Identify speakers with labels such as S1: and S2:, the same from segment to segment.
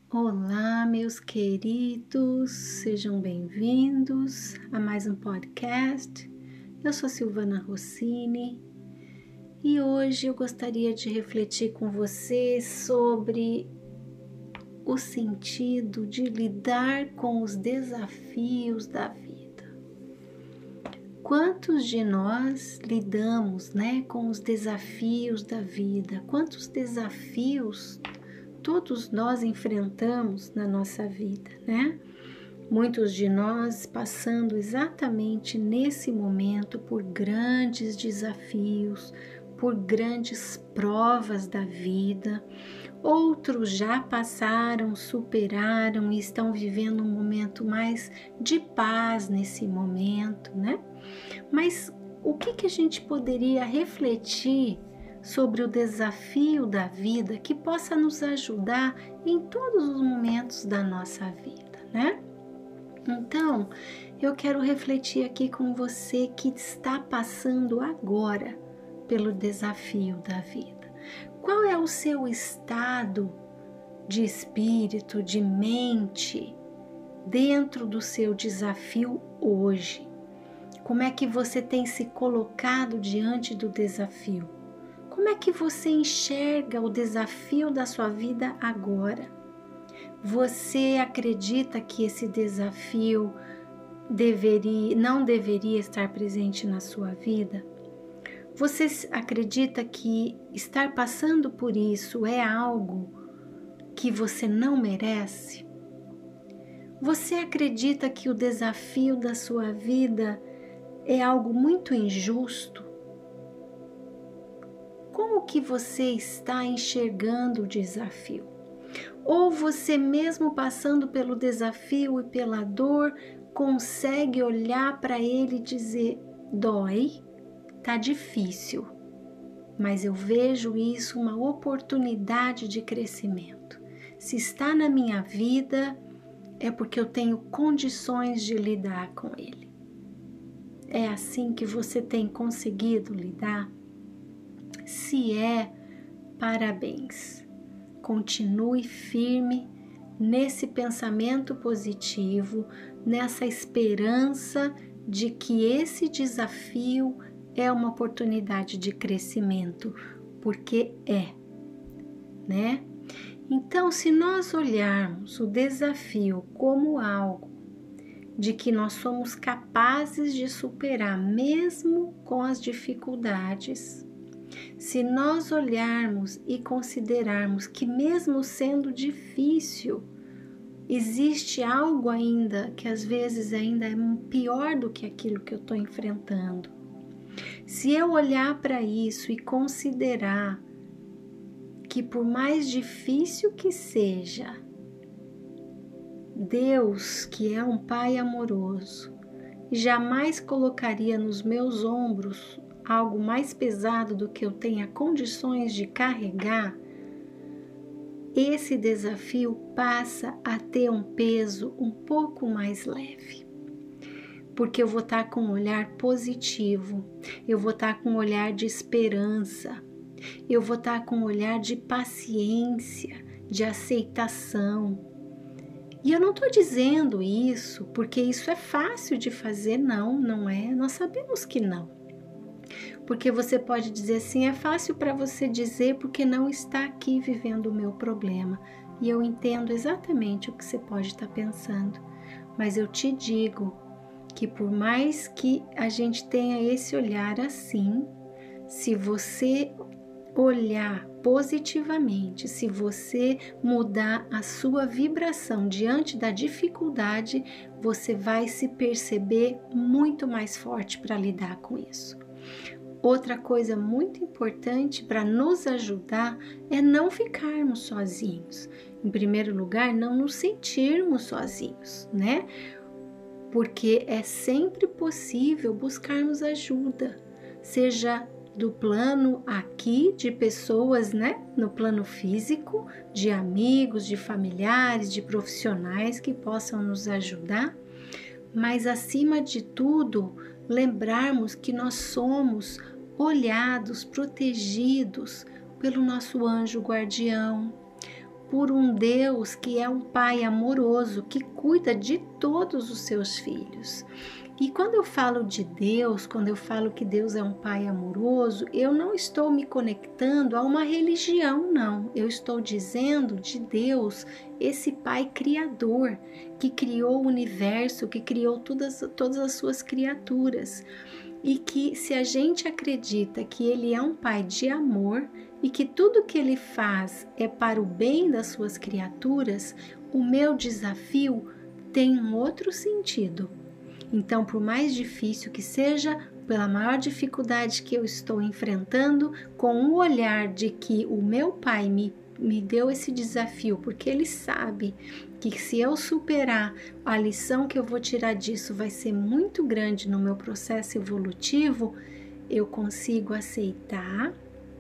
S1: Olá, meus queridos, sejam bem-vindos a mais um podcast. Eu sou Silvana Rossini e hoje eu gostaria de refletir com você sobre o sentido de lidar com os desafios da vida. Quantos de nós lidamos, com os desafios da vida? Quantos desafios todos nós enfrentamos na nossa vida, né? Muitos de nós passando exatamente nesse momento por grandes desafios, por grandes provas da vida. Outros já passaram, superaram e estão vivendo um momento mais de paz nesse momento, né? Mas o que a gente poderia refletir sobre o desafio da vida que possa nos ajudar em todos os momentos da nossa vida, né? Então, eu quero refletir aqui com você que está passando agora pelo desafio da vida. Qual é o seu estado de espírito, de mente, dentro do seu desafio hoje? Como é que você tem se colocado diante do desafio? Como é que você enxerga o desafio da sua vida agora? Você acredita que esse desafio não deveria estar presente na sua vida? Você acredita que estar passando por isso é algo que você não merece? Você acredita que o desafio da sua vida é algo muito injusto? Como que você está enxergando o desafio? Ou você mesmo passando pelo desafio e pela dor, consegue olhar para ele e dizer, dói, tá difícil, mas eu vejo isso uma oportunidade de crescimento. Se está na minha vida, é porque eu tenho condições de lidar com ele. É assim que você tem conseguido lidar? Se é, parabéns. Continue firme nesse pensamento positivo, nessa esperança de que esse desafio é uma oportunidade de crescimento, porque né? Então, se nós olharmos o desafio como algo de que nós somos capazes de superar mesmo com as dificuldades, se nós olharmos e considerarmos que mesmo sendo difícil, existe algo ainda que às vezes ainda é pior do que aquilo que eu estou enfrentando. Se eu olhar para isso e considerar que por mais difícil que seja, Deus, que é um Pai amoroso, jamais colocaria nos meus ombros algo mais pesado do que eu tenha condições de carregar, esse desafio passa a ter um peso um pouco mais leve. Porque eu vou estar com um olhar positivo, eu vou estar com um olhar de esperança, eu vou estar com um olhar de paciência, de aceitação. E eu não estou dizendo isso porque isso é fácil de fazer, não é? Nós sabemos que não. Porque você pode dizer assim, é fácil para você dizer porque não está aqui vivendo o meu problema. E eu entendo exatamente o que você pode estar pensando. Mas eu te digo que por mais que a gente tenha esse olhar assim, se você olhar positivamente, se você mudar a sua vibração diante da dificuldade, você vai se perceber muito mais forte para lidar com isso. Outra coisa muito importante para nos ajudar é não ficarmos sozinhos. Em primeiro lugar, não nos sentirmos sozinhos, né? Porque é sempre possível buscarmos ajuda, seja do plano aqui de pessoas, né, no plano físico, de amigos, de familiares, de profissionais que possam nos ajudar, mas acima de tudo, lembrarmos que nós somos olhados, protegidos pelo nosso anjo guardião, por um Deus que é um Pai amoroso, que cuida de todos os seus filhos. E quando eu falo de Deus, quando eu falo que Deus é um Pai amoroso, eu não estou me conectando a uma religião, não. Eu estou dizendo de Deus, esse Pai Criador, que criou o universo, que criou todas as suas criaturas. E que se a gente acredita que Ele é um Pai de amor e que tudo que Ele faz é para o bem das suas criaturas, o meu desafio tem um outro sentido. Então, por mais difícil que seja, pela maior dificuldade que eu estou enfrentando, com o olhar de que o meu Pai me deu esse desafio, porque Ele sabe que se eu superar, a lição que eu vou tirar disso vai ser muito grande no meu processo evolutivo, eu consigo aceitar,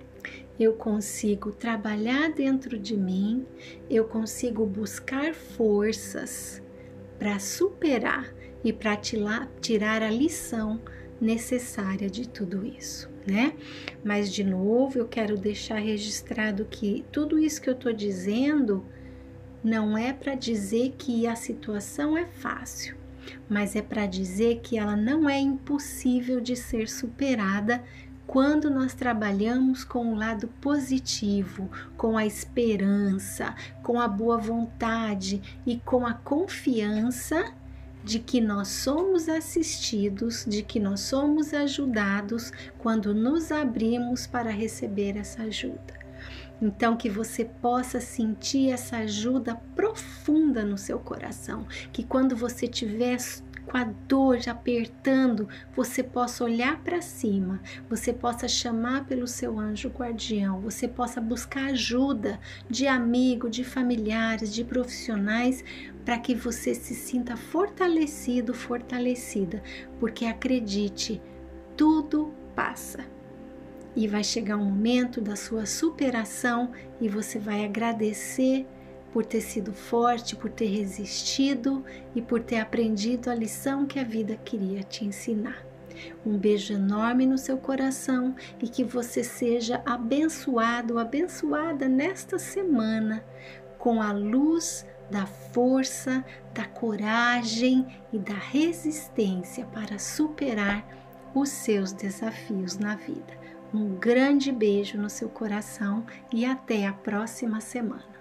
S1: eu consigo trabalhar dentro de mim, eu consigo buscar forças para superar e para tirar a lição necessária de tudo isso, né? Mas de novo eu quero deixar registrado que tudo isso que eu tô dizendo não é para dizer que a situação é fácil, mas é para dizer que ela não é impossível de ser superada quando nós trabalhamos com o lado positivo, com a esperança, com a boa vontade e com a confiança de que nós somos assistidos, de que nós somos ajudados quando nos abrimos para receber essa ajuda. Então, que você possa sentir essa ajuda profunda no seu coração, que quando você estiver com a dor apertando, você possa olhar para cima, você possa chamar pelo seu anjo guardião, você possa buscar ajuda de amigo, de familiares, de profissionais, para que você se sinta fortalecido, fortalecida, porque acredite, tudo passa. E vai chegar um momento da sua superação e você vai agradecer por ter sido forte, por ter resistido e por ter aprendido a lição que a vida queria te ensinar. Um beijo enorme no seu coração e que você seja abençoado, abençoada nesta semana com a luz da força, da coragem e da resistência para superar os seus desafios na vida. Um grande beijo no seu coração e até a próxima semana.